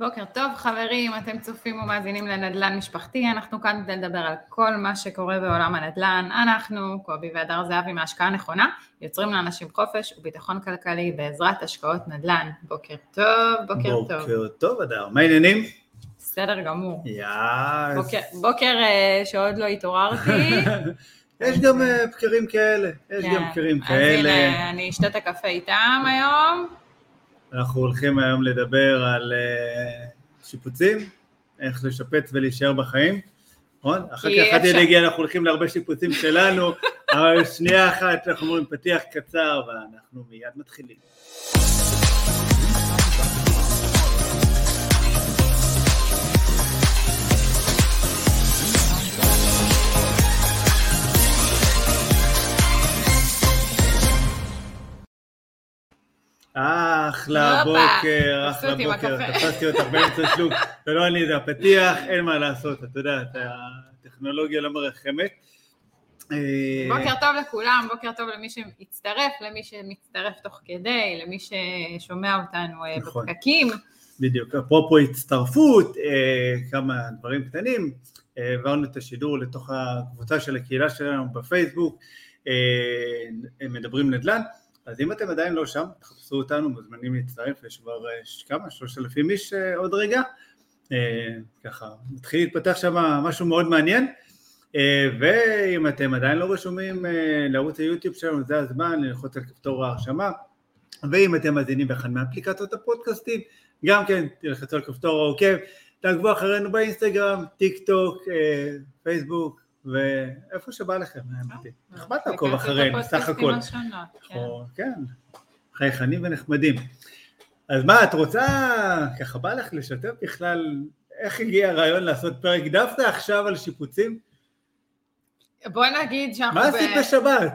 בוקר טוב חברים, אתם צופים ומאזינים לנדל"ן משפחתי, אנחנו כאן כדי לדבר על כל מה שקורה בעולם הנדל"ן. אנחנו, קובי והדר זהבי מהשקעה נכונה, יוצרים לאנשים חופש וביטחון כלכלי בעזרת השקעות נדל"ן. בוקר טוב, בוקר טוב. בוקר טוב הדר, מה העניינים? בסדר גמור. יאס. בוקר שעוד לא התעוררתי. יש גם בקרים כאלה, אז הנה, אני אשתה את הקפה איתם היום. אנחנו הולכים היום לדבר על שיפוצים, איך לשפץ ולהישאר בחיים, נכון? אחר כך עד יגיע אנחנו הולכים להרבה שיפוצים שלנו, אבל שנייה אחת אנחנו אומרים פתיח קצר ואנחנו מיד מתחילים. אחלה בוקר, תפסתי אותך באמצע שלוק, ולא אני, זה הפתיח, אין מה לעשות, אתה יודע, הטכנולוגיה לא מרחמת. בוקר טוב לכולם, בוקר טוב למי שהצטרף, למי שמצטרף תוך כדי, למי ששומע אותנו בפקקים. בדיוק, אפרופו הצטרפות, כמה דברים קטנים, העברנו את השידור לתוך הקבוצה של הקהילה שלנו בפייסבוק, מדברים נדל"ן, אז אם אתם עדיין לא שם, תחפשו אותנו, מוזמנים להצטרף, יש כבר כמה, 3,000 איש עוד רגע, ככה, מתחיל להתפתח שם משהו מאוד מעניין, ואם אתם עדיין לא רשומים לערוץ היוטיוב שלנו, זה הזמן ללחוץ על כפתור ההרשמה, ואם אתם מאזינים באחד מאפליקציות הפודקאסטים, גם כן תלחצו על כפתור העוקב, תעקבו אחרינו באינסטגרם, טיק טוק, פייסבוק, ואיפה שבא לכם, נחמד לעקוב אחרינו, סך הכל. כן, חייכנים ונחמדים. אז מה, את רוצה, ככה בא לך לשתף בכלל, איך הגיע הרעיון לעשות פרק דווקא עכשיו על שיפוצים? בוא נגיד שאנחנו... מה עשית בשבת?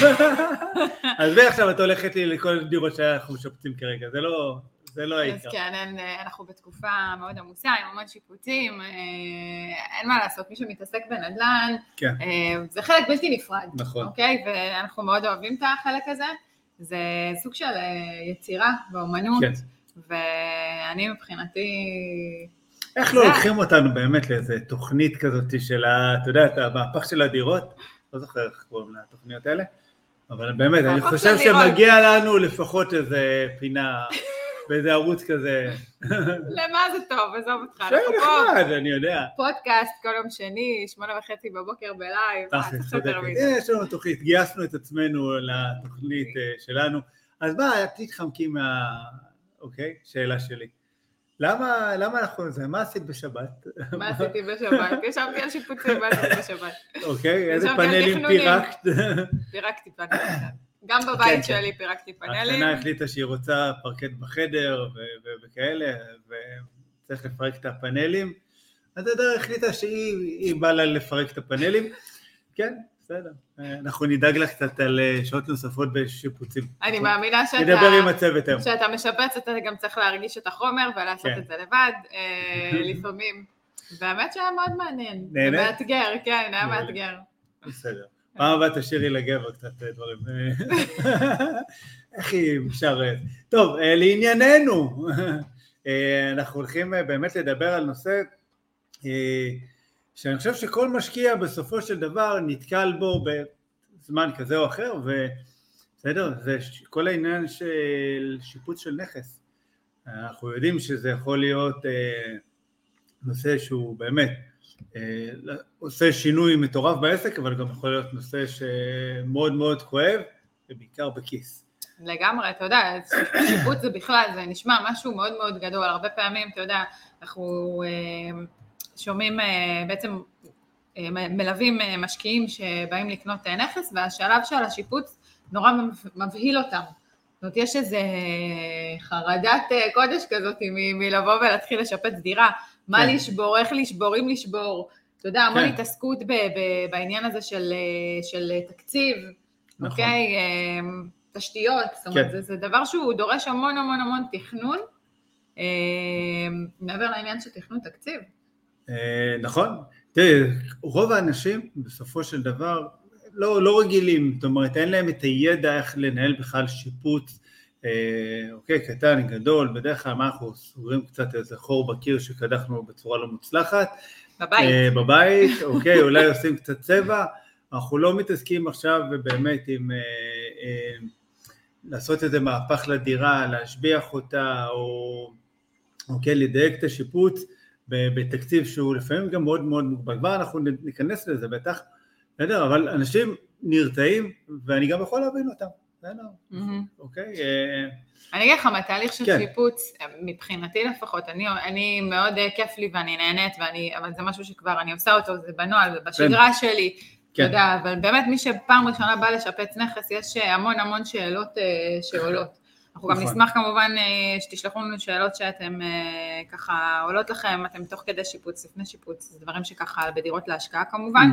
אז ועכשיו את הולכת לי לכל דירות שאנחנו משפצים כרגע, זה לא העיקר. אז כן, אנחנו בתקופה מאוד עמוסה, עם המון שיפוצים, אין מה לעשות, מי שמתעסק בנדל"ן, זה חלק בלתי נפרד, אוקיי? ואנחנו מאוד אוהבים את החלק הזה, זה סוג של יצירה ואומנות, ואני מבחינתי... איך לא לוקחים אותנו באמת לאיזה תוכנית כזאת של, אתה יודע, את המהפך של הדירות, לא זוכר איך קוראים לתוכניות האלה, אבל באמת, אני חושב שמגיע לנו לפחות איזה פינה... באיזה ערוץ כזה. למה זה טוב? עזוב אותך. נחמד, אני יודע. פודקאסט כל יום שני, 8:30 בבוקר בלייב. יש לנו תוכנית, גייסנו את עצמנו לתוכנית שלנו. אז מה, תתחמקי אוקיי, שאלה שלי. למה אנחנו זה? מה עשית בשבת? מה עשיתי בשבת? ישבתי על שיפוצים, מה עשיתי בשבת? אוקיי, איזה פאנלים פירקת? פירקתי פאנלים. גם בבית שלי פירקתי פאנלים. השנה החליטה שהיא רוצה פרקט בחדר וכאלה, וצריך לפרק את הפאנלים. אז הדרך החליטה שהיא באה לה לפרק את הפאנלים. כן, בסדר. אנחנו נדאג לך קצת על שעות נוספות בשיפוצים. אני מאמינה נדבר עם הצוות היום. שאתה משפץ, אתה גם צריך להרגיש את החומר ולעשות את זה לבד, לפעמים. והאמת שהיה מאוד מעניין. נהנה? מאתגר, כן, היה מאתגר. בסדר. פעם הבאה תשאירי לגבר קצת דברים. איך היא משרת? טוב, לענייננו, אנחנו הולכים באמת לדבר על נושא שאני חושב שכל משקיע בסופו של דבר נתקל בו בזמן כזה או אחר, ובסדר, זה כל העניין של שיפוץ של נכס. אנחנו יודעים שזה יכול להיות נושא שהוא באמת, עושה שינוי מטורף בעסק, אבל גם יכול להיות נושא שמאוד מאוד כואב, ובעיקר בכיס. לגמרי, אתה יודע, שיפוץ זה בכלל, זה נשמע משהו מאוד מאוד גדול, הרבה פעמים, אתה יודע, אנחנו שומעים, בעצם מלווים משקיעים שבאים לקנות נכס, והשלב של השיפוץ נורא מבהיל אותם. זאת אומרת, יש איזו חרדת קודש כזאת מלבוא ולהתחיל לשפץ דירה, מה לשבור, איך לשבור, אם לשבור, אתה יודע, המון התעסקות בעניין הזה של תקציב, אוקיי, תשתיות, זאת אומרת, זה דבר שהוא דורש המון המון המון תכנון, מעבר לעניין של תכנון תקציב. נכון, תראה, רוב האנשים בסופו של דבר לא רגילים, זאת אומרת, אין להם את הידע איך לנהל בכלל שיפוץ, אוקיי, קטן, גדול, בדרך כלל מה אנחנו סוגרים קצת איזה חור בקיר שקדחנו בצורה לא מוצלחת. בבית, אוקיי, אולי עושים קצת צבע, אנחנו לא מתעסקים עכשיו באמת עם לעשות איזה מהפך לדירה, להשביח אותה, או אוקיי, לדייק את השיפוץ בתקציב שהוא לפעמים גם מאוד מאוד מוגבל. כבר אנחנו ניכנס לזה בטח, בסדר, אבל אנשים נרתעים, ואני גם יכול להבין אותם. אוקיי. אני אגיד לך, מהתהליך של שיפוץ, מבחינתי לפחות, אני מאוד כיף לי ואני נהנית, אבל זה משהו שכבר אני עושה אותו, זה בנועל, בשגרה שלי, אתה יודע, אבל באמת מי שפעם ראשונה בא לשפץ נכס, יש המון המון שאלות שעולות. אנחנו גם נשמח כמובן שתשלחו לנו שאלות שאתם ככה עולות לכם, אתם תוך כדי שיפוץ, לפני שיפוץ, זה דברים שככה בדירות להשקעה כמובן.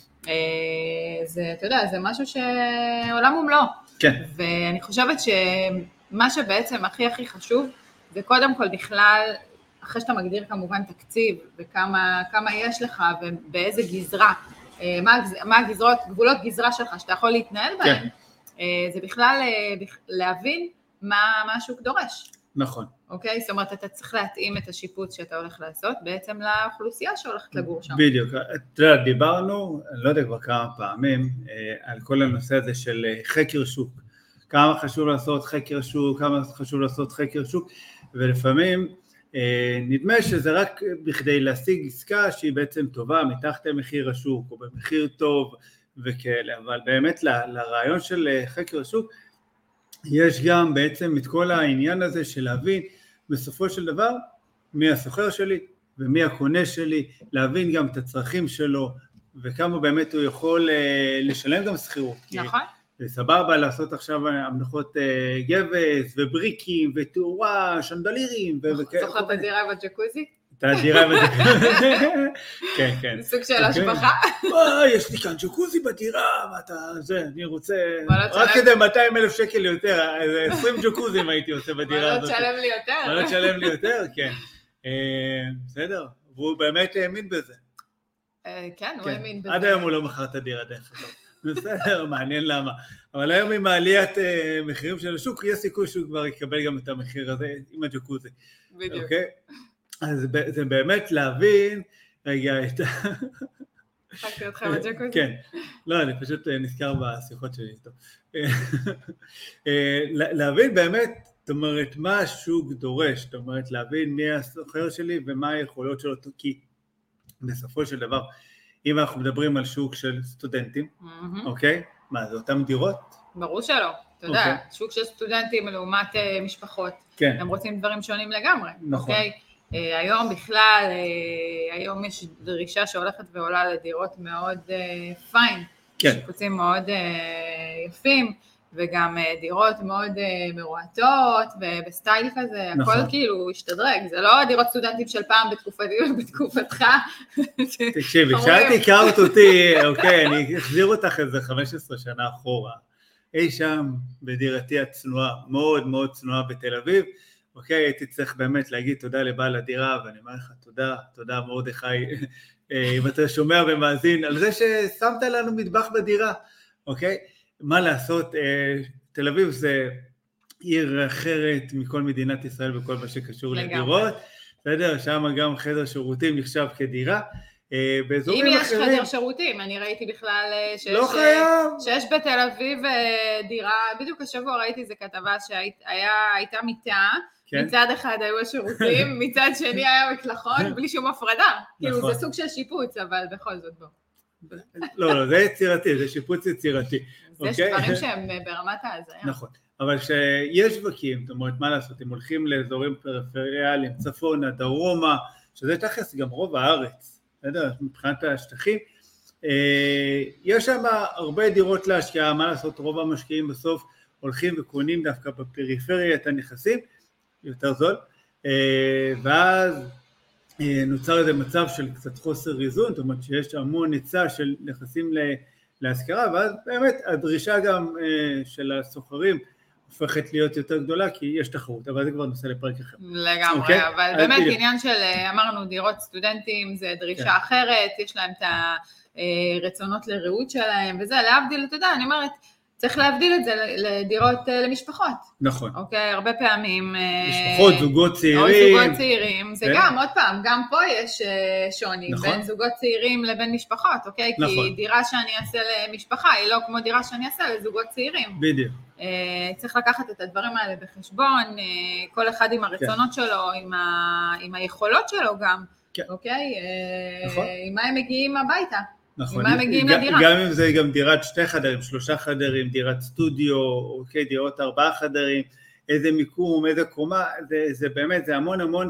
זה, אתה יודע, זה משהו שעולם ומלואו. כן. ואני חושבת שמה שבעצם הכי הכי חשוב, זה קודם כל בכלל, אחרי שאתה מגדיר כמובן תקציב, וכמה יש לך, ובאיזה גזרה, מה הגזרות, גבולות גזרה שלך, שאתה יכול להתנהל בהם, זה בכלל להבין מה השוק דורש. נכון. אוקיי? זאת אומרת, אתה צריך להתאים את השיפוץ שאתה הולך לעשות, בעצם לאוכלוסייה שהולכת לגור שם. בדיוק. אתה יודע, דיברנו, אני לא יודע כבר כמה פעמים, על כל הנושא הזה של חקר שוק. כמה חשוב לעשות חקר שוק, כמה חשוב לעשות חקר שוק, ולפעמים נדמה שזה רק בכדי להשיג עסקה שהיא בעצם טובה, מתחת למחיר השוק, או במחיר טוב וכאלה, אבל באמת לרעיון של חקר שוק, יש גם בעצם את כל העניין הזה של להבין בסופו של דבר מי הסוחר שלי ומי הקונה שלי, להבין גם את הצרכים שלו וכמה באמת הוא יכול לשלם גם שכירות. נכון. זה סבבה לעשות עכשיו המנחות גבס ובריקים ותאורה, שנדלירים. זוכר את הדירה בג'קוזי? את הדירה בג'קוזי. כן, כן. סוג של השפחה. יש לי כאן ג'קוזי בדירה, אני רוצה, רק כדי 200,000 שקל יותר, 20 ג'קוזים הייתי עושה בדירה הזאת. מה לא תשלם לי יותר? מה לא תשלם לי יותר, כן. בסדר, והוא באמת האמין בזה. כן, הוא האמין בזה. עד היום הוא לא מכר את הדירה דרך כלל. בסדר, מעניין למה. אבל היום עם העליית מחירים של השוק, יש סיכוי שהוא כבר יקבל גם את המחיר הזה עם הג'קוזי. בדיוק. אז זה באמת להבין, רגע, חכתי אותך בג'קוזי? כן. לא, אני פשוט נזכר בשיחות שלי איתו. להבין באמת, זאת אומרת, מה השוק דורש, זאת אומרת, להבין מי הסוחר שלי ומה היכולות שלו, כי בסופו של דבר, אם אנחנו מדברים על שוק של סטודנטים, אוקיי? מה, זה אותם דירות? ברור שלא. אתה יודע, שוק של סטודנטים לעומת משפחות, הם רוצים דברים שונים לגמרי, אוקיי? היום בכלל, היום יש דרישה שהולכת ועולה לדירות מאוד פיין, שיפוצים מאוד יפים, וגם דירות מאוד מרועטות, ובסטייל כזה, הכל כאילו השתדרג, זה לא דירות סטודנטים של פעם בתקופתך. תקשיבי, כשאת הכרת אותי, אוקיי, אני אחזיר אותך איזה 15 שנה אחורה, אי שם בדירתי הצנועה, מאוד מאוד צנועה בתל אביב, אוקיי, הייתי צריך באמת להגיד תודה לבעל הדירה, ואני אומר לך תודה מרדכי, אם אתה שומע ומאזין, על זה ששמת לנו מטבח בדירה, אוקיי? מה לעשות, תל אביב זה עיר אחרת מכל מדינת ישראל וכל מה שקשור לדירות, בסדר? שם גם חדר שירותים נחשב כדירה. אם יש חדר שירותים, אני ראיתי בכלל שיש בתל אביב דירה, בדיוק השבוע ראיתי איזה כתבה שהייתה מיטה, מצד אחד היו השירותים, מצד שני היה מקלחון, בלי שום הפרדה. כאילו זה סוג של שיפוץ, אבל בכל זאת בוא. לא, זה יצירתי, זה שיפוץ יצירתי. זה דברים שהם ברמת ההזיה. נכון, אבל שיש שווקים, זאת אומרת, מה לעשות, הם הולכים לאזורים פריפריאליים, צפונה, דרומה, שזה תכלס גם רוב הארץ, מבחינת השטחים, יש שם הרבה דירות להשקיעה, מה לעשות, רוב המשקיעים בסוף הולכים וקונים דווקא בפריפריה את הנכסים, יותר זול, ואז נוצר איזה מצב של קצת חוסר איזון, זאת אומרת שיש המון היצע של נכסים להשכרה, ואז באמת הדרישה גם של הסוחרים הופכת להיות יותר גדולה, כי יש תחרות, אבל זה כבר נושא לפרק אחר. לגמרי, אבל באמת עניין של, אמרנו, דירות סטודנטים זה דרישה אחרת, יש להם את הרצונות לראות שלהם, וזה להבדיל, אתה יודע, אני אומרת, צריך להבדיל את זה לדירות למשפחות. נכון. אוקיי, הרבה פעמים... משפחות, זוגות צעירים. או זוגות צעירים, זה גם, עוד פעם, גם פה יש שוני, בין זוגות צעירים לבין משפחות, אוקיי? כי דירה שאני אעשה למשפחה היא לא כמו דירה שאני אעשה לזוגות צעירים. בדיוק. צריך לקחת את הדברים האלה בחשבון, כל אחד עם הרצונות שלו, עם היכולות שלו גם, אוקיי? עם מה הם מגיעים הביתה. נכון, לדירה. גם אם זה גם דירת 2 חדרים, 3 חדרים, דירת סטודיו, אוקיי, דירות 4 חדרים, איזה מיקום, איזה קומה, זה באמת, זה המון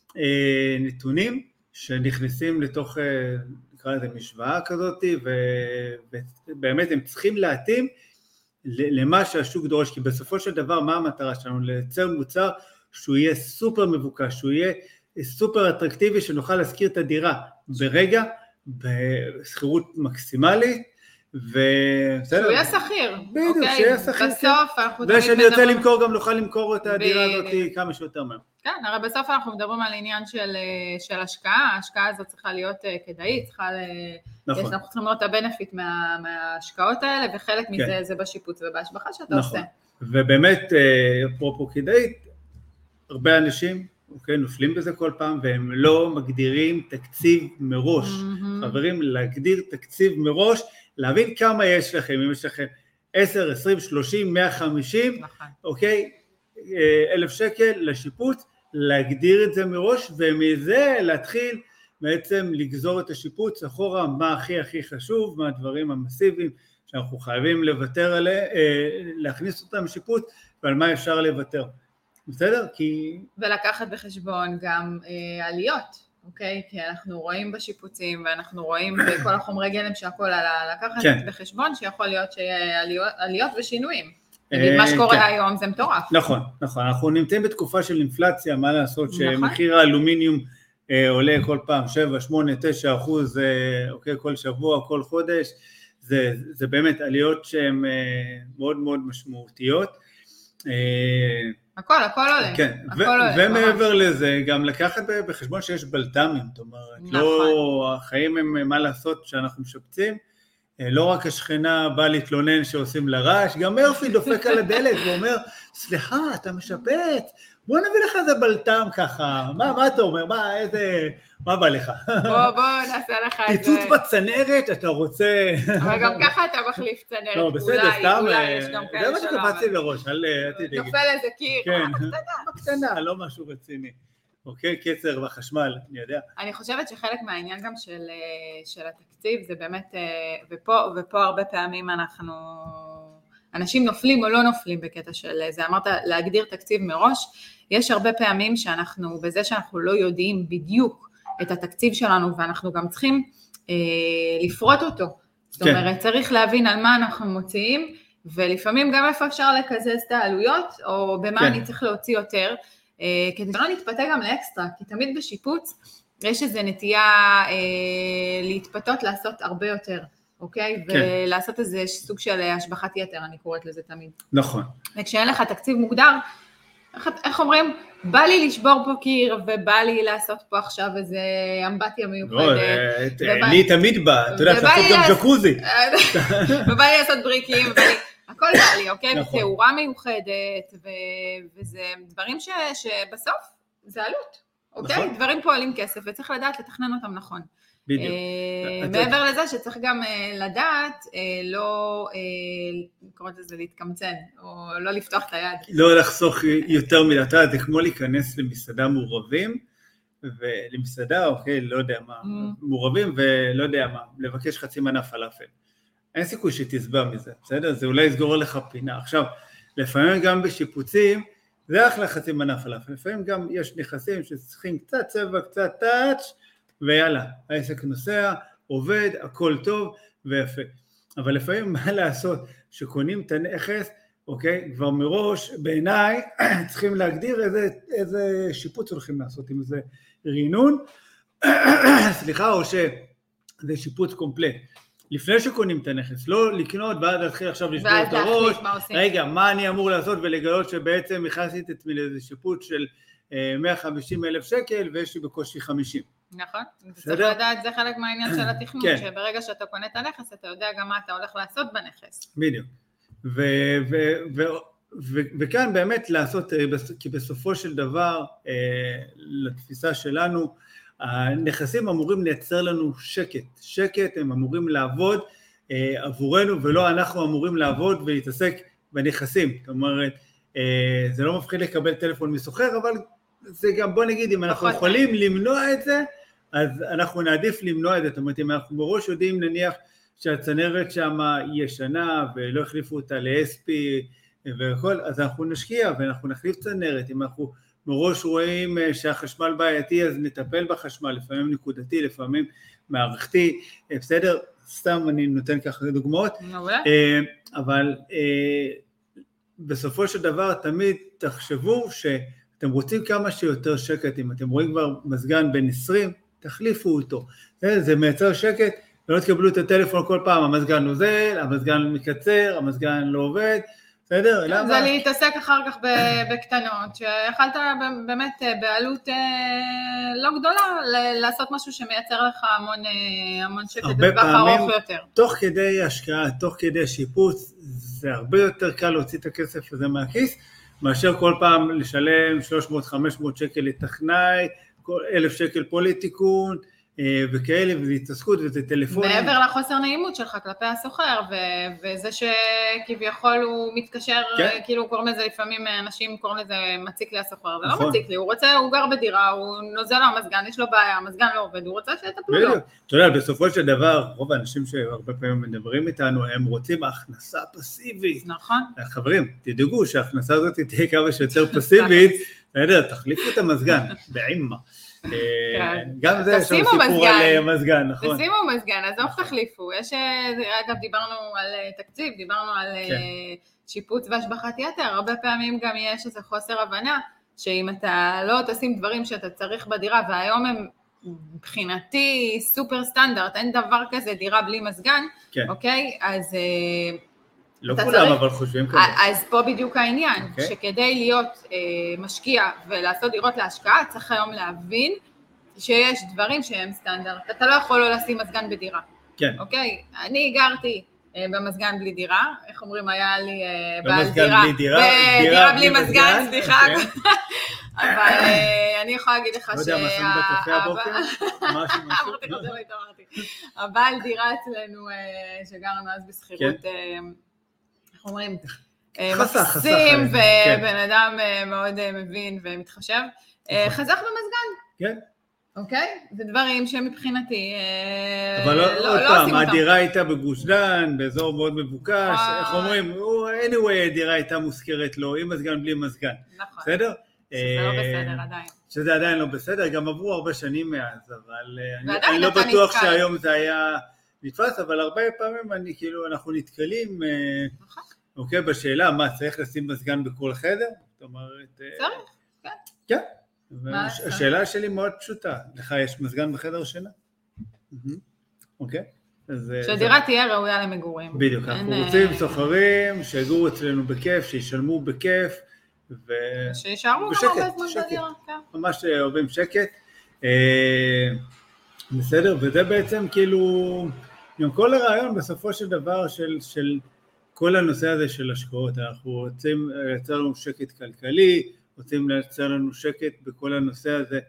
נתונים שנכנסים לתוך, נקרא לזה משוואה כזאת, ובאמת הם צריכים להתאים למה שהשוק דורש, כי בסופו של דבר מה המטרה שלנו? לייצר מוצר שהוא יהיה סופר מבוקש, שהוא יהיה סופר אטרקטיבי, שנוכל להשכיר את הדירה ברגע, בסחירות מקסימלית, שהוא יהיה שכיר. בדיוק, שיהיה שכיר. בסוף אנחנו... ושאני רוצה למכור, גם נוכל למכור את הדירה הזאת כמה שיותר מהר. כן, הרי בסוף אנחנו מדברים על עניין של השקעה, ההשקעה הזאת צריכה להיות כדאית, אנחנו צריכים לראות את הבנפיט מההשקעות האלה, וחלק מזה זה בשיפוץ ובהשבחה שאתה עושה. ובאמת, אפרופו כדאית, הרבה אנשים, אוקיי, נופלים בזה כל פעם, והם לא מגדירים תקציב מראש. חברים, להגדיר תקציב מראש, להבין כמה יש לכם, אם יש לכם 10, 20, 30, 150, אוקיי, 1,000 שקל לשיפוץ, להגדיר את זה מראש, ומזה להתחיל בעצם לגזור את השיפוץ אחורה, מה הכי חשוב, מה הדברים המסיביים שאנחנו חייבים לוותר עליהם, להכניס אותם לשיפוץ, ועל מה אפשר לוותר. בסדר? ולקחת בחשבון גם עליות, אוקיי? כי אנחנו רואים בשיפוצים, ואנחנו רואים בכל החומרי גלם שהכל עלה, לקחת בחשבון שיכול להיות שיהיה עליות ושינויים. נגיד, מה שקורה היום זה מטורף. נכון. אנחנו נמצאים בתקופה של אינפלציה, מה לעשות שמחיר האלומיניום עולה כל פעם 7, 8, 9%, אוקיי, כל שבוע, כל חודש, זה באמת עליות שהן מאוד מאוד משמעותיות. הכל עולה. כן, ומעבר לזה, גם לקחת בחשבון שיש בלת"מים, זאת אומרת, לא, החיים הם מה לעשות שאנחנו משפצים, לא רק השכנה באה להתלונן שעושים לה רעש, גם מרפי דופק על הדלת ואומר, סליחה, אתה משפץ, בוא נביא לך איזה בלת"ם ככה, מה אתה אומר, מה בא לך? בוא נעשה לך את זה. פיצוץ בצנרת, אתה רוצה... אבל גם ככה אתה מחליף צנרת, לא, בסדר, סתם, אולי יש גם כאלה זה מה שקפצתי לראש, אל תדאגי. נופל איזה קיר, קטנה, לא משהו רציני. אוקיי, קצר בחשמל, אני יודע. אני חושבת שחלק מהעניין גם של התקציב, זה באמת, ופה הרבה פעמים אנשים נופלים או לא נופלים בקטע של זה, אמרת להגדיר תקציב מראש, יש הרבה פעמים שאנחנו, בזה שאנחנו לא יודעים בדיוק את התקציב שלנו, ואנחנו גם צריכים לפרוט אותו, זאת אומרת, צריך להבין על מה אנחנו מוציאים, ולפעמים גם איפה אפשר לקזז את העלויות, או במה אני צריך להוציא יותר, כדי שלא נתפתה גם לאקסטרה, כי תמיד בשיפוץ יש איזו נטייה להתפתות לעשות הרבה יותר, אוקיי? ולעשות איזה סוג של השבחת יתר, אני קוראת לזה תמיד. נכון. וכשאין לך תקציב מוגדר, איך אומרים? בא לי לשבור פה קיר, ובא לי לעשות פה עכשיו איזה אמבטיה מיוחדת. לי תמיד בא, אתה יודע, לעשות גם ג'קוזי. ובא לי לעשות בריקים, הכל בא לי, אוקיי? ותאורה מיוחדת, וזה דברים שבסוף זה עלות, אוקיי? דברים פועלים כסף, וצריך לדעת לתכנן אותם נכון. בדיוק. מעבר לזה שצריך גם לדעת, לא, קוראת לזה להתקמצן, או לא לפתוח את היד. לא לחסוך יותר מדי, אתה יודע, זה כמו להיכנס למסעדה מעורבים, ולמסעדה, אוקיי, לא יודע מה, מעורבים ולא יודע מה, לבקש חצי מנה פלאפל. אין סיכוי שתסבע מזה, בסדר? זה אולי יסגור לך פינה. עכשיו, לפעמים גם בשיפוצים, זה אחלה חצי מנה פלאפל, לפעמים גם יש נכסים שצריכים קצת צבע, קצת טאץ', ויאללה, העסק נוסע, עובד, הכל טוב ויפה. אבל לפעמים מה לעשות? שקונים את הנכס, אוקיי, כבר מראש, בעיניי, צריכים להגדיר איזה שיפוץ הולכים לעשות, עם איזה רינון, סליחה, או שזה שיפוץ קומפלט. לפני שקונים את הנכס, לא לקנות ועד להתחיל עכשיו לשבור את הראש, רגע, מה אני אמור לעשות ולגלות שבעצם הכנסתי את עצמי לאיזה שיפוץ של 150,000 שקל ויש לי בקושי 50. נכון, צריך לדעת, זה חלק מהעניין של התכנון, שברגע שאתה קונה את הנכס, אתה יודע גם מה אתה הולך לעשות בנכס. בדיוק. וכאן באמת לעשות, כי בסופו של דבר, לתפיסה שלנו, הנכסים אמורים לייצר לנו שקט, הם אמורים לעבוד עבורנו, ולא אנחנו אמורים לעבוד ולהתעסק בנכסים. זאת אומרת, זה לא מפחיד לקבל טלפון מסוחר, אבל זה גם, בוא נגיד, אם אנחנו יכולים למנוע את זה, אז אנחנו נעדיף למנוע את זה. זאת אומרת, אם אנחנו מראש יודעים נניח שהצנרת שם ישנה ולא החליפו אותה ל-SP וכל, אז אנחנו נשקיע ואנחנו נחליף צנרת. אם אנחנו מראש רואים שהחשמל בעייתי, אז נטפל בחשמל, לפעמים נקודתי, לפעמים מערכתי, בסדר? סתם אני נותן ככה דוגמאות, אבל בסופו של דבר תמיד תחשבו שאתם רוצים כמה שיותר שקט, אם אתם רואים כבר מזגן בין 20, תחליפו אותו, זה מייצר שקט, ולא תקבלו את הטלפון כל פעם, המזגן נוזל, המזגן מקצר, המזגן לא עובד, בסדר? למה? זה להתעסק אחר כך בקטנות, שיכלת באמת בעלות לא גדולה, לעשות משהו שמייצר לך המון שקט בטווח ארוך יותר. תוך כדי השקעה, תוך כדי שיפוץ, זה הרבה יותר קל להוציא את הכסף הזה מהכיס, מאשר כל פעם לשלם 300-500 שקל לטכנאי, 1,000 שקל פה לתיקון, וכאלה, וזה התעסקות וזה טלפונים. מעבר לחוסר נעימות שלך כלפי הסוחר, וזה שכביכול הוא מתקשר, כאילו קוראים לזה לפעמים, אנשים קוראים לזה מציק לי הסוחר, זה לא מציק לי, הוא גר בדירה, הוא נוזל לו המזגן, יש לו בעיה, המזגן לא עובד, הוא רוצה שיטפלו לו. אתה יודע, בסופו של דבר, רוב האנשים שהרבה פעמים מדברים איתנו, הם רוצים הכנסה פסיבית. נכון. חברים, תדאגו שההכנסה הזאת תהיה כמה שיותר פסיבית, תחליפו את המזגן, בעימה. גם זה יש לנו סיפור על מזגן, נכון? תשימו מזגן, אז אוף תחליפו. אגב, דיברנו על תקציב, דיברנו על שיפוץ והשבחת יתר, הרבה פעמים גם יש איזה חוסר הבנה, שאם אתה לא תשים דברים שאתה צריך בדירה, והיום הם מבחינתי סופר סטנדרט, אין דבר כזה דירה בלי מזגן, אוקיי? אז לא כולם אבל חושבים כזה. אז פה בדיוק העניין, שכדי להיות משקיע ולעשות דירות להשקעה, צריך היום להבין שיש דברים שהם סטנדרט. אתה לא יכול לא לשים מזגן בדירה. כן. אוקיי? אני גרתי במזגן בלי דירה, איך אומרים, היה לי בעל דירה. דירה בלי מזגן, סליחה. אבל אני יכולה להגיד לך לא יודע מה שמים בקפה הבוקר? אמרתי לך, זה לא התאמרתי. הבעל דירה אצלנו, שגרנו אז בסחירות, איך אומרים, מקסים, ובן אדם מאוד מבין ומתחשב, חזק במזגן. כן. אוקיי? זה דברים שמבחינתי אבל עוד פעם, הדירה הייתה בגוש דן, באזור מאוד מבוקש, איך אומרים, anyway, הדירה הייתה מוזכרת לו, עם מזגן בלי מזגן. נכון. בסדר? שזה לא בסדר עדיין. שזה עדיין לא בסדר, גם עברו הרבה שנים מאז, אבל אני לא בטוח שהיום זה היה נתפס, אבל הרבה פעמים אנחנו נתקלים, אוקיי, בשאלה, מה, צריך לשים מזגן בכל חדר? זאת אומרת... צריך, כן. כן. השאלה שלי מאוד פשוטה, לך יש מזגן בחדר שינה? אוקיי? שהדירה תהיה ראויה למגורים. בדיוק, אנחנו רוצים סוחרים שיגורו אצלנו בכיף, שישלמו בכיף, שישארו גם הרבה זמן בדירה. ממש אוהבים שקט. בסדר, וזה בעצם כאילו, גם כל הרעיון בסופו של דבר של כל הנושא הזה של השקעות, אנחנו רוצים לייצר לנו שקט כלכלי, רוצים לייצר לנו שקט בכל הנושא הזה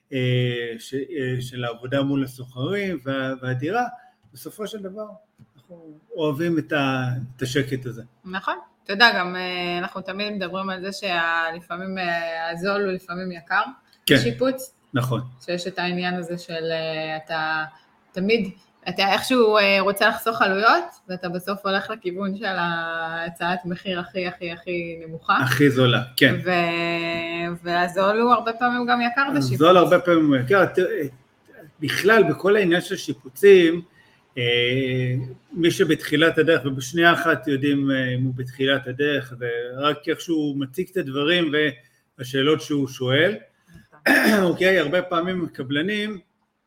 של העבודה מול הסוחרים והדירה, בסופו של דבר אנחנו אוהבים את השקט הזה. נכון, אתה יודע, גם אנחנו תמיד מדברים על זה שלפעמים הזול הוא לפעמים יקר, כן, שיפוץ. נכון. שיש את העניין הזה של אתה תמיד, אתה איכשהו רוצה לחסוך עלויות, ואתה בסוף הולך לכיוון של הצעת מחיר הכי נמוכה. הכי זולה, כן. והזול הוא הרבה פעמים גם יקר בשיפוץ. הזול הרבה פעמים הוא יקר. בכלל, בכל העניין של שיפוצים, מי שבתחילת הדרך, ובשנייה אחת יודעים אם הוא בתחילת הדרך, ורק איכשהו מציג את הדברים והשאלות שהוא שואל. אוקיי, הרבה פעמים קבלנים,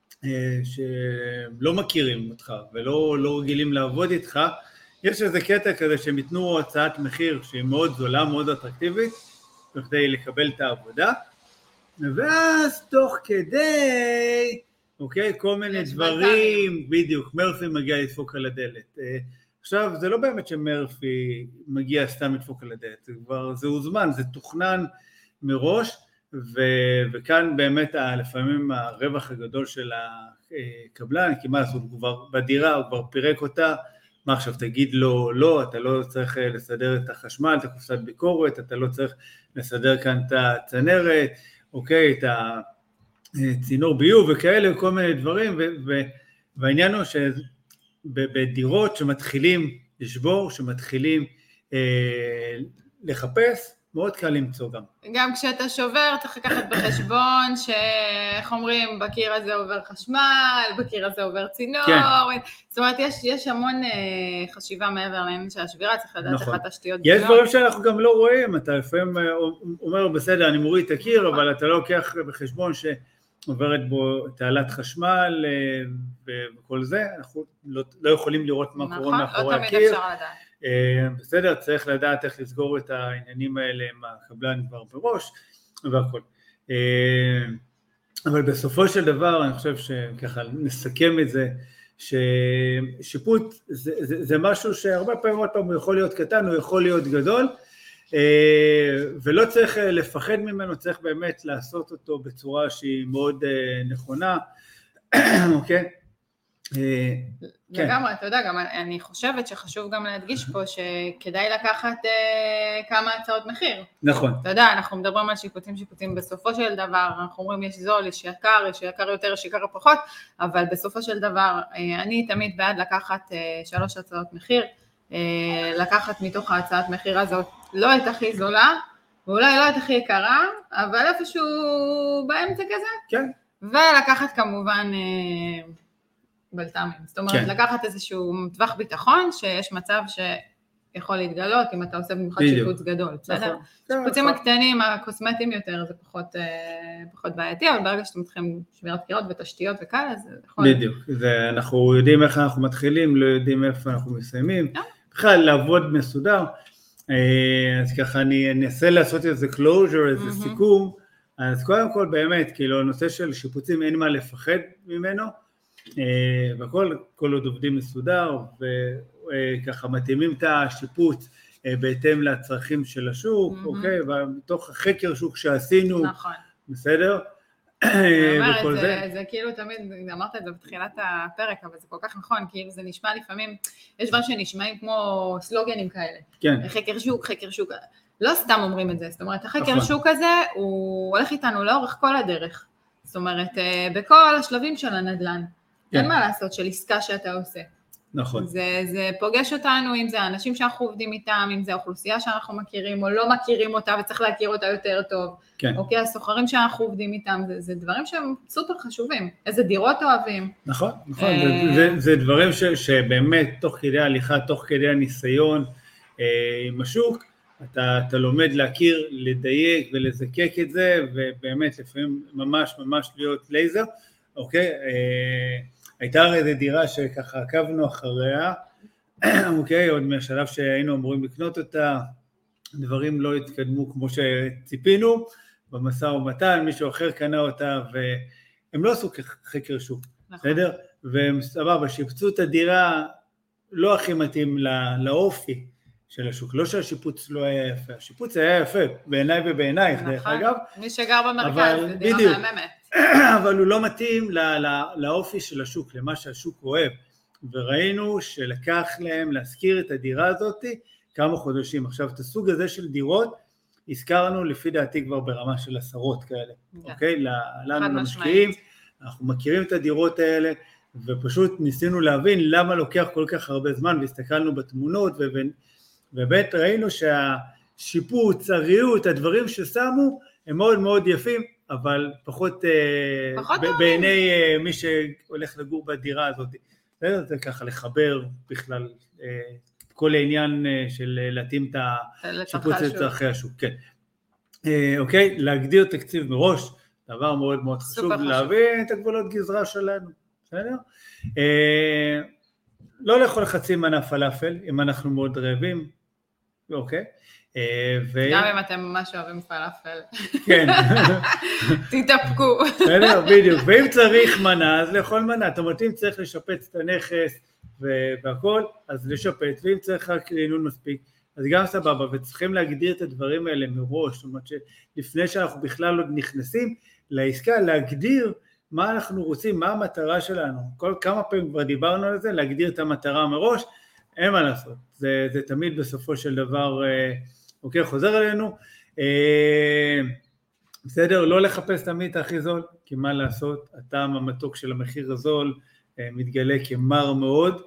שלא מכירים אותך ולא רגילים לעבוד איתך, יש איזה קטע כזה שהם ייתנו הצעת מחיר שהיא מאוד זולה, מאוד אטרקטיבית, כדי לקבל את העבודה, ואז תוך כדי, אוקיי, כל מיני דברים, בדיוק, מרפי מגיע לדפוק על הדלת, עכשיו, זה לא באמת שמרפי מגיע סתם לדפוק על הדלת, זה הוזמן, זה תוכנן מראש, וכאן באמת לפעמים הרווח הגדול של הקבלן, כי מה לעשות, הוא כבר בדירה, הוא כבר פירק אותה, מה עכשיו תגיד לו, לא, אתה לא צריך לסדר את החשמל, את הקופסת ביקורת, אתה לא צריך לסדר כאן את הצנרת, אוקיי, את הצינור ביוב וכאלה, וכל מיני דברים, והעניין הוא שבדירות שמתחילים לשבור, שמתחילים לחפש, מאוד קל למצוא גם. גם כשאתה שובר, צריך לקחת בחשבון שאיך אומרים, בקיר הזה עובר חשמל, בקיר הזה עובר צינור, כן. זאת אומרת, יש המון חשיבה מעבר לעניין של השבירה, צריך לדעת איך התשתיות. יש דברים שאנחנו גם לא רואים, אתה לפעמים אומר, בסדר, אני מוריד את הקיר, אבל אתה לא לוקח בחשבון שעוברת בו תעלת חשמל וכל זה, אנחנו לא יכולים לראות מה קורה מאחורי הקיר. נכון, לא תמיד אפשר לדעת. בסדר, צריך לדעת איך לסגור את העניינים האלה עם הקבלן כבר בראש והכל. אבל בסופו של דבר אני חושב שככה נסכם את זה, ששיפוט זה משהו שהרבה פעמים עוד פעם הוא יכול להיות קטן, הוא יכול להיות גדול, ולא צריך לפחד ממנו, צריך באמת לעשות אותו בצורה שהיא מאוד נכונה, אוקיי? לגמרי, אתה יודע, גם אני חושבת שחשוב גם להדגיש פה שכדאי לקחת כמה הצעות מחיר. נכון. אתה יודע, אנחנו מדברים על שיפוצים, בסופו של דבר, אנחנו אומרים יש זול, יש יקר יותר, יש יקר פחות, אבל בסופו של דבר, אני תמיד בעד לקחת 3 הצעות מחיר, לקחת מתוך ההצעת מחיר הזאת, לא את הכי זולה, ואולי לא את הכי יקרה, אבל איפשהו באמצע כזה. כן. ולקחת כמובן בלת"מים, זאת אומרת, כן. לקחת איזשהו טווח ביטחון, שיש מצב שיכול להתגלות, אם אתה עושה במיוחד שיפוץ גדול, בסדר? שיפוצים הקטנים, הקוסמטיים יותר, זה פחות בעייתי, אבל ברגע שאתם מתחילים שמירת קירות ותשתיות וכאלה, זה יכול... בדיוק, אנחנו יודעים איך אנחנו מתחילים, לא יודעים איפה אנחנו מסיימים, בכלל לעבוד מסודר, אז ככה אני אנסה לעשות איזה closure, איזה סיכום, אז קודם כל באמת, כאילו, הנושא של שיפוצים אין מה לפחד ממנו, וכל עוד עובדים מסודר, וככה מתאימים את השיפוץ בהתאם לצרכים של השוק, אוקיי, ובתוך החקר שוק שעשינו, בסדר? וכל זה. זה כאילו תמיד, אמרת את זה בתחילת הפרק, אבל זה כל כך נכון, כאילו זה נשמע לפעמים, יש דברים שנשמעים כמו סלוגנים כאלה, כן. חקר שוק, לא סתם אומרים את זה, זאת אומרת, החקר שוק הזה, הוא הולך איתנו לאורך כל הדרך, זאת אומרת, בכל השלבים של הנדל"ן, אין מה לעשות של עסקה שאתה עושה. נכון. זה פוגש אותנו, אם זה האנשים שאנחנו עובדים איתם, אם זה האוכלוסייה שאנחנו מכירים או לא מכירים אותה וצריך להכיר אותה יותר טוב. כן. אוקיי, הסוחרים שאנחנו עובדים איתם, זה דברים שהם סופר חשובים. איזה דירות אוהבים. נכון, נכון. זה דברים שבאמת תוך כדי ההליכה, תוך כדי הניסיון עם השוק, אתה לומד להכיר, לדייק ולזקק את זה, ובאמת לפעמים ממש להיות לייזר. אוקיי, הייתה הרי איזו דירה שככה עקבנו אחריה, אוקיי, עוד מהשלב שהיינו אמורים לקנות אותה, דברים לא התקדמו כמו שציפינו, במשא ומתן, מישהו אחר קנה אותה, והם לא עשו חקר שוק, בסדר? והם סבבה, שיפצו את הדירה, לא הכי מתאים לאופי של השוק, לא שהשיפוץ לא היה יפה, השיפוץ היה יפה, בעיניי ובעינייך, דרך אגב. מי שגר במרכז, זה דירה מהממת. אבל הוא לא מתאים לאופי של השוק, למה שהשוק אוהב, וראינו שלקח להם להזכיר את הדירה הזאת כמה חודשים. עכשיו, את הסוג הזה של דירות, הזכרנו לפי דעתי כבר ברמה של 10 כאלה, אוקיי? לנו למשקיעים, אנחנו מכירים את הדירות האלה, ופשוט ניסינו להבין למה לוקח כל כך הרבה זמן, והסתכלנו בתמונות, ובאמת ראינו שהשיפוץ, הריהוט, הדברים ששמו, הם מאוד מאוד יפים, אבל פחות בעיני מי שהולך לגור בדירה הזאת. זה ככה לחבר בכלל כל העניין של להתאים את השיפוץ לצרכי השוק. כן. אוקיי, להגדיר תקציב מראש, דבר מאוד מאוד חשוב, להבין את הגבולות גזרה שלנו. בסדר? לא לאכול חצי מנה פלאפל, אם אנחנו מאוד רעבים, אוקיי? גם אם אתם ממש אוהבים פלאפל. כן. תתאפקו. בסדר, בדיוק. ואם צריך מנה, אז לאכול מנה. זאת אומרת, אם צריך לשפץ את הנכס, והכל, אז לשפץ, ואם צריך רק רענון מספיק, אז גם סבבה, וצריכים להגדיר את הדברים האלה מראש, זאת אומרת שלפני שאנחנו בכלל לא נכנסים לעסקה, להגדיר מה אנחנו רוצים, מה המטרה שלנו, כמה פעמים כבר דיברנו על זה, להגדיר את המטרה מראש, אין מה לעשות, זה תמיד בסופו של דבר, אוקיי, חוזר אלינו, בסדר, לא לחפש תמיד את הכי זול, כי מה לעשות, הטעם המתוק של המחיר הזול מתגלה כמר מאוד,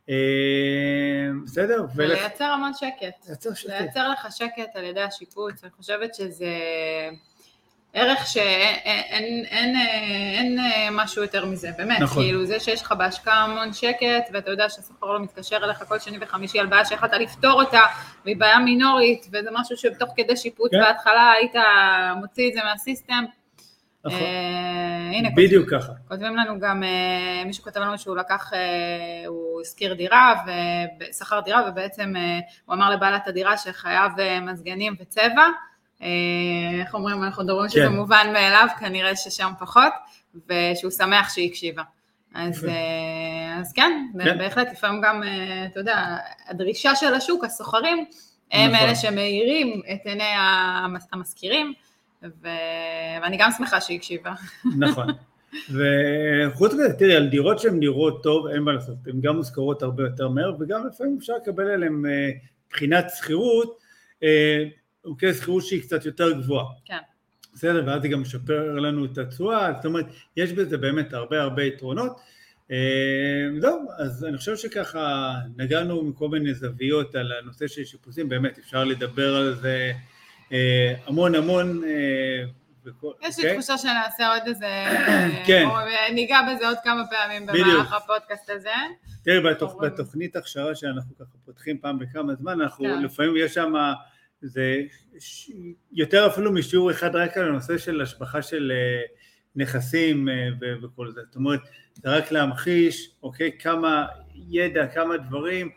בסדר? ולייצר המון שקט, לייצר לך שקט על ידי השיפוץ, אני חושבת שזה ערך שאין משהו יותר מזה, באמת, נכון. כאילו זה שיש לך בהשקעה המון שקט, ואתה יודע שהסוחר לא מתקשר אליך כל שני וחמישי על בעיה שיכולת לפתור אותה, והיא בעיה מינורית, וזה משהו שבתוך כדי שיפוץ בהתחלה היית מוציא את זה מהסיסטם, נכון. הנה, בדיוק ככה. כותבים לנו גם, מישהו כותב לנו שהוא לקח, הוא הזכיר דירה, שכר דירה, ובעצם הוא אמר לבעלת הדירה שחייב מזגנים וצבע, איך אומרים, אנחנו מדברים שזה מובן מאליו, כנראה ששם פחות, ושהוא שמח שהיא הקשיבה. אז כן, בהחלט, לפעמים גם, אתה יודע, הדרישה של השוק, הסוחרים, הם אלה שמאירים את עיני המזכירים, ואני גם שמחה שהיא הקשיבה. נכון. וחוץ מזה, תראי, על דירות שהן נראות טוב, אין מה לעשות, הן גם מוזכרות הרבה יותר מהר, וגם לפעמים אפשר לקבל עליהן בחינת שכירות, אוקיי, שכירות שהיא קצת יותר גבוהה. כן. בסדר, ואז זה גם משפר לנו את התשואה, זאת אומרת, יש בזה באמת הרבה יתרונות. זהו, אז אני חושב שככה נגענו מכל מיני זוויות על הנושא של שיפוצים, באמת אפשר לדבר על זה המון, יש לי תחושה שנעשה עוד איזה, ניגע בזה עוד כמה פעמים במהלך הפודקאסט הזה. תראי, בתוכנית הכשרה שאנחנו ככה פותחים פעם בכמה זמן, אנחנו לפעמים יש שם, זה יותר אפילו משיעור אחד רק על הנושא של השבחה של נכסים וכל זה, זאת אומרת, זה רק להמחיש, אוקיי, כמה ידע, כמה דברים,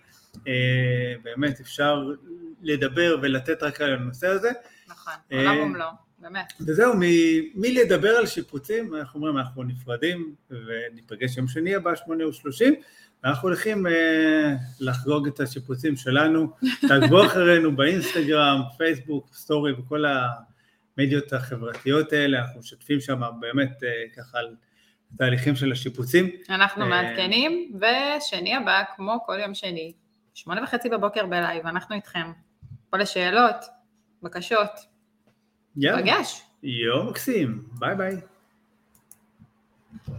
באמת אפשר לדבר ולתת רק על הנושא הזה. נכון, עולם ומלואו, באמת. וזהו, מי לדבר על שיפוצים, אנחנו אומרים, אנחנו נפרדים וניפגש יום שני הבא, 8:30, ואנחנו הולכים לחגוג את השיפוצים שלנו, תעקבו אחרינו באינסטגרם, פייסבוק, סטורי וכל המדיות החברתיות האלה, אנחנו משתפים שם באמת ככה על תהליכים של השיפוצים. אנחנו מעדכנים, ושני הבא, כמו כל יום שני, 8:30 בבוקר בלייב, אנחנו איתכם. כל השאלות, בקשות, פגש. יום מקסים, ביי ביי.